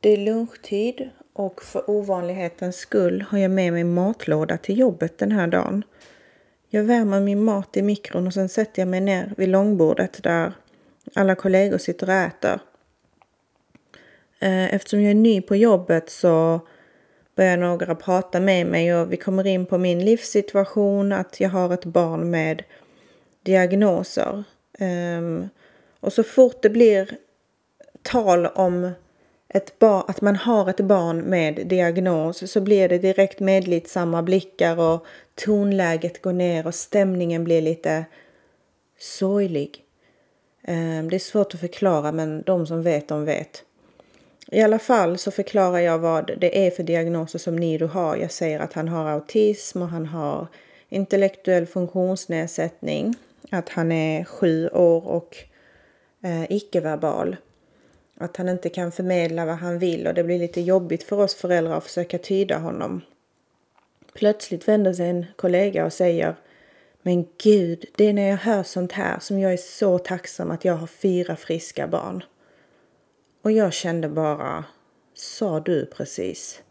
Det är lunchtid och för ovanlighetens skull har jag med mig matlåda till jobbet den här dagen. Jag värmer min mat i mikron och sen sätter jag mig ner vid långbordet där alla kollegor sitter och äter. Eftersom jag är ny på jobbet så börjar några prata med mig och vi kommer in på min livssituation, att jag har ett barn med diagnoser. Och så fort det blir tal om att man har ett barn med diagnos så blir det direkt medlidsamma blickar och tonläget går ner och stämningen blir lite sorglig. Det är svårt att förklara, men de som vet, de vet. I alla fall så förklarar jag vad det är för diagnoser som Nido har. Jag säger att han har autism och han har intellektuell funktionsnedsättning. Att han är 7 år och icke-verbal. Att han inte kan förmedla vad han vill och det blir lite jobbigt för oss föräldrar att försöka tyda honom. Plötsligt vänder sig en kollega och säger: men gud, det är när jag hör sånt här som jag är så tacksam att jag har 4 friska barn. Och jag kände bara, sa du precis?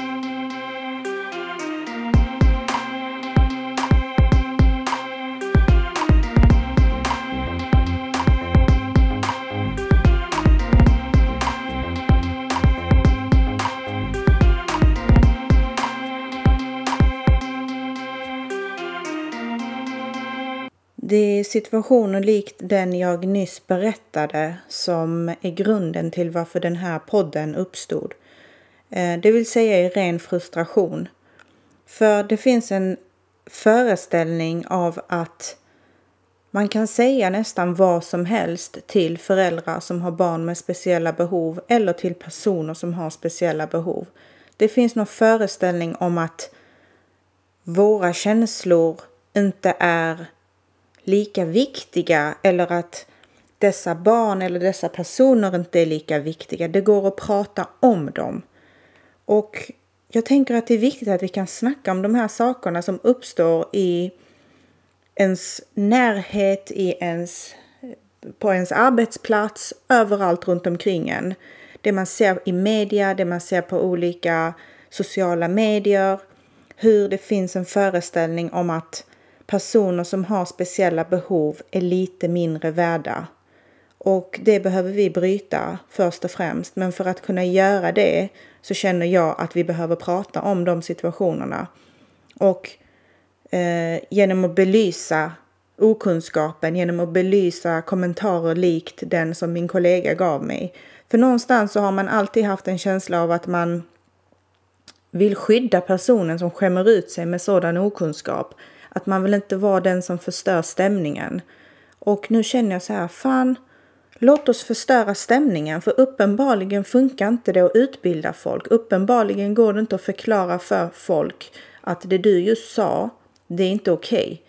Det är situationer likt den jag nyss berättade som är grunden till varför den här podden uppstod. Det vill säga i ren frustration. För det finns en föreställning av att man kan säga nästan vad som helst till föräldrar som har barn med speciella behov eller till personer som har speciella behov. Det finns någon föreställning om att våra känslor inte är lika viktiga eller att dessa barn eller dessa personer inte är lika viktiga. Det går att prata om dem. Och jag tänker att det är viktigt att vi kan snacka om de här sakerna som uppstår i ens närhet, på ens arbetsplats, överallt runt omkring en. Det man ser i media, det man ser på olika sociala medier. Hur det finns en föreställning om att personer som har speciella behov är lite mindre värda. Och det behöver vi bryta först och främst. Men för att kunna göra det så känner jag att vi behöver prata om de situationerna. Och genom att belysa okunskapen, genom att belysa kommentarer likt den som min kollega gav mig. För någonstans så har man alltid haft en känsla av att man vill skydda personen som skämmer ut sig med sådan okunskap. Att man vill inte vara den som förstör stämningen. Och nu känner jag så här, fan, låt oss förstöra stämningen. För uppenbarligen funkar inte det att utbilda folk. Uppenbarligen går det inte att förklara för folk att det du just sa, det är inte okej.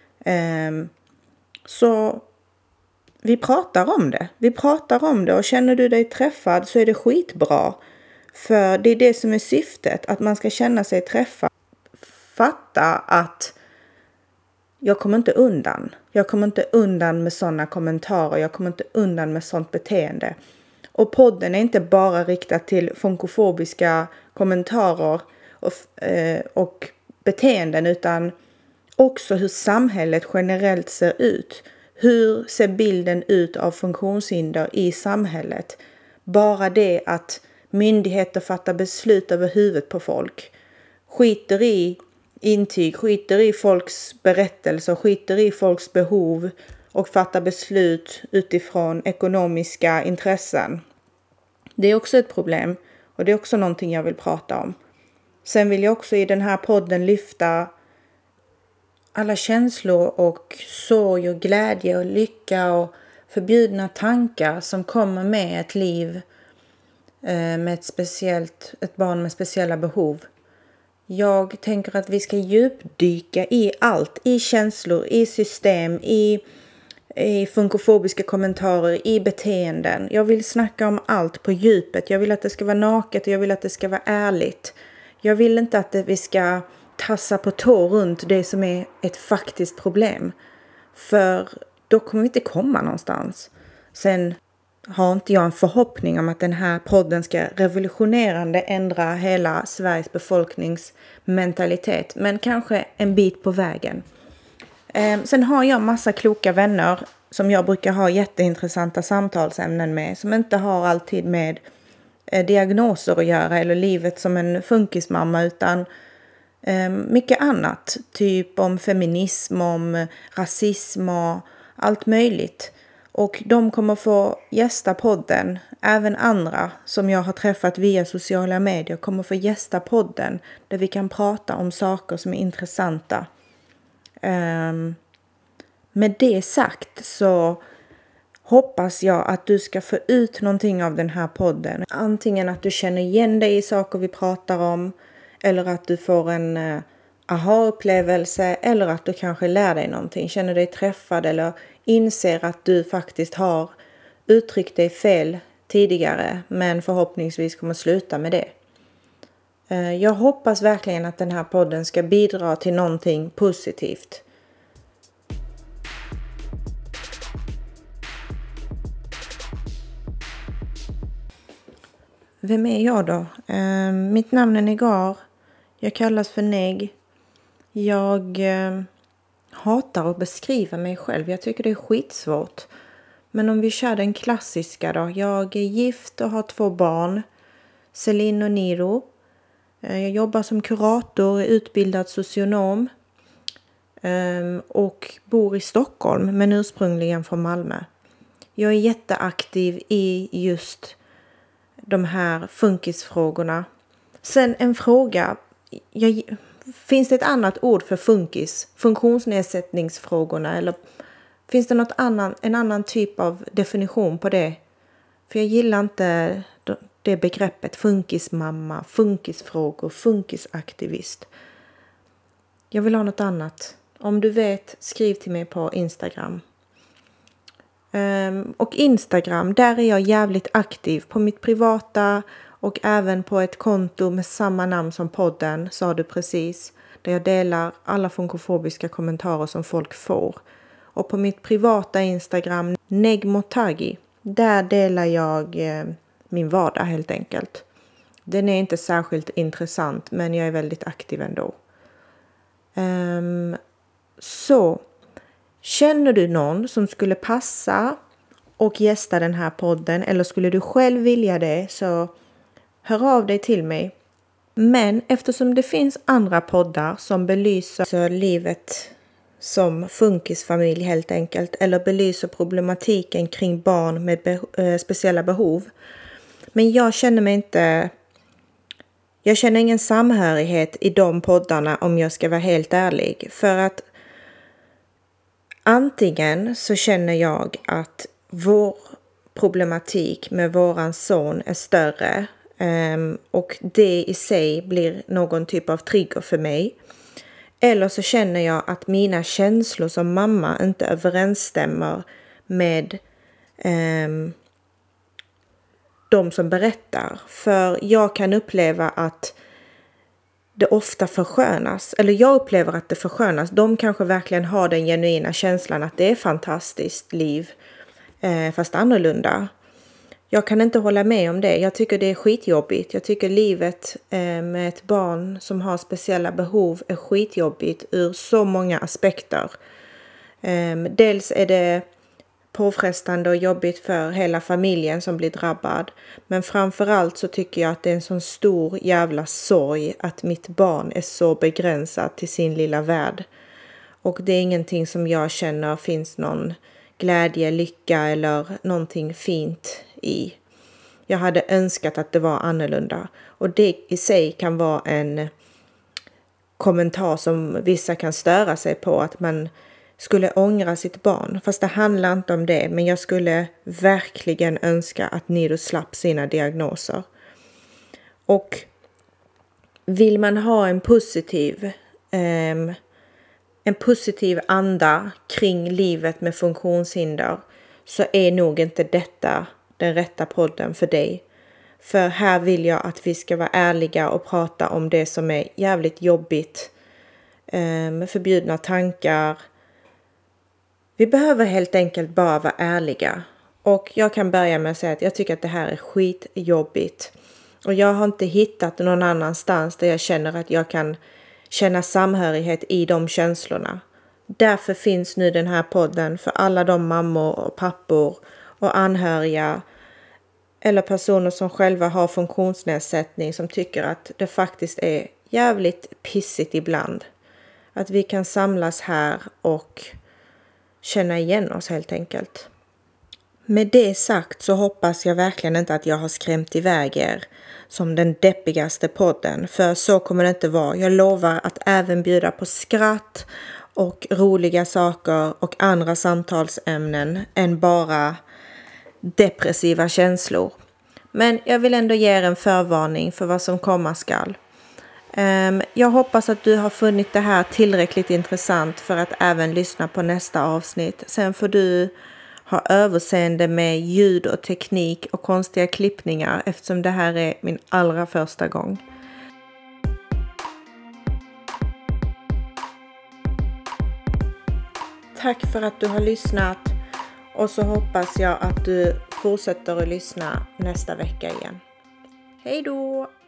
Så vi pratar om det. Vi pratar om det och känner du dig träffad så är det skitbra. För det är det som är syftet, att man ska känna sig träffad. Fatta att jag kommer inte undan. Jag kommer inte undan med sådana kommentarer. Jag kommer inte undan med sådant beteende. Och podden är inte bara riktad till funkofobiska kommentarer och beteenden, utan också hur samhället generellt ser ut. Hur ser bilden ut av funktionshinder i samhället? Bara det att myndigheter fattar beslut över huvudet på folk. Skiter i intyg, skiter i folks berättelser, skiter i folks behov och fattar beslut utifrån ekonomiska intressen. Det är också ett problem och det är också någonting jag vill prata om. Sen vill jag också i den här podden lyfta alla känslor och sorg och glädje och lycka och förbjudna tankar som kommer med ett liv med ett barn med speciella behov. Jag tänker att vi ska djupdyka i allt, i känslor, i system, i funkofobiska kommentarer, i beteenden. Jag vill snacka om allt på djupet. Jag vill att det ska vara naket och jag vill att det ska vara ärligt. Jag vill inte att vi ska tassa på tå runt det som är ett faktiskt problem. För då kommer vi inte komma någonstans. Sen har inte jag en förhoppning om att den här podden ska revolutionerande ändra hela Sveriges befolkningsmentalitet. Men kanske en bit på vägen. Sen har jag massa kloka vänner som jag brukar ha jätteintressanta samtalsämnen med. Som inte har alltid med diagnoser att göra eller livet som en funkismamma, utan mycket annat. Typ om feminism, om rasism och allt möjligt. Och de kommer få gästa podden. Även andra som jag har träffat via sociala medier kommer få gästa podden. Där vi kan prata om saker som är intressanta. Med det sagt så hoppas jag att du ska få ut någonting av den här podden. Antingen att du känner igen dig i saker vi pratar om. Eller att du får en aha-upplevelse. Eller att du kanske lär dig någonting. Känner dig träffad eller inser att du faktiskt har uttryckt dig fel tidigare. Men förhoppningsvis kommer sluta med det. Jag hoppas verkligen att den här podden ska bidra till någonting positivt. Vem är jag då? Mitt namn är Negar. Jag kallas för Neg. Jag hatar att beskriva mig själv. Jag tycker det är skitsvårt. Men om vi kör den klassiska då. Jag är gift och har 2 barn. Celine och Niro. Jag jobbar som kurator, är utbildad socionom. Och bor i Stockholm men ursprungligen från Malmö. Jag är jätteaktiv i just de här funkisfrågorna. Sen en fråga. Finns det ett annat ord för funkis? Funktionsnedsättningsfrågorna? Eller finns det en annan typ av definition på det? För jag gillar inte det begreppet funkismamma, funkisfrågor, funkisaktivist. Jag vill ha något annat. Om du vet, skriv till mig på Instagram. Och Instagram, där är jag jävligt aktiv på mitt privata och även på ett konto med samma namn som podden, sa du precis. Där jag delar alla funkofobiska kommentarer som folk får. Och på mitt privata Instagram, Negmotagi, där delar jag min vardag helt enkelt. Den är inte särskilt intressant, men jag är väldigt aktiv ändå. Så känner du någon som skulle passa och gästa den här podden, eller skulle du själv vilja det, så hör av dig till mig. Men eftersom det finns andra poddar som belyser livet som funkisfamilj helt enkelt, eller belyser problematiken kring barn med speciella behov. Men jag känner ingen samhörighet i de poddarna om jag ska vara helt ärlig. För att antingen så känner jag att vår problematik med våran son är större. Och det i sig blir någon typ av trigger för mig. Eller så känner jag att mina känslor som mamma inte överensstämmer med de som berättar. För jag kan uppleva att det ofta förskönas. Eller jag upplever att det förskönas. De kanske verkligen har den genuina känslan att det är fantastiskt liv. Fast annorlunda. Jag kan inte hålla med om det. Jag tycker det är skitjobbigt. Jag tycker livet med ett barn som har speciella behov är skitjobbigt ur så många aspekter. Dels är det påfrestande och jobbigt för hela familjen som blir drabbad. Men framförallt så tycker jag att det är en sån stor jävla sorg att mitt barn är så begränsat till sin lilla värld. Och det är ingenting som jag känner finns någon glädje, lycka eller någonting fint i. Jag hade önskat att det var annorlunda. Och det i sig kan vara en kommentar som vissa kan störa sig på, att man skulle ångra sitt barn. Fast det handlar inte om det. Men jag skulle verkligen önska att Nido slapp sina diagnoser. Och vill man ha en positiv anda kring livet med funktionshinder, så är nog inte detta den rätta podden för dig. För här vill jag att vi ska vara ärliga och prata om det som är jävligt jobbigt. Med förbjudna tankar. Vi behöver helt enkelt bara vara ärliga. Och jag kan börja med att säga att jag tycker att det här är skitjobbigt. Och jag har inte hittat någon annanstans där jag känner att jag kan känna samhörighet i de känslorna. Därför finns nu den här podden för alla de mammor och pappor och anhöriga eller personer som själva har funktionsnedsättning som tycker att det faktiskt är jävligt pissigt ibland. Att vi kan samlas här och känna igen oss helt enkelt. Med det sagt så hoppas jag verkligen inte att jag har skrämt iväg er som den deppigaste podden. För så kommer det inte vara. Jag lovar att även bjuda på skratt och roliga saker och andra samtalsämnen än bara depressiva känslor. Men jag vill ändå ge er en förvarning för vad som komma skall. Jag hoppas att du har funnit det här tillräckligt intressant för att även lyssna på nästa avsnitt. Sen får du ha överseende med ljud och teknik och konstiga klippningar eftersom det här är min allra första gång. Tack för att du har lyssnat och så hoppas jag att du fortsätter att lyssna nästa vecka igen. Hej då!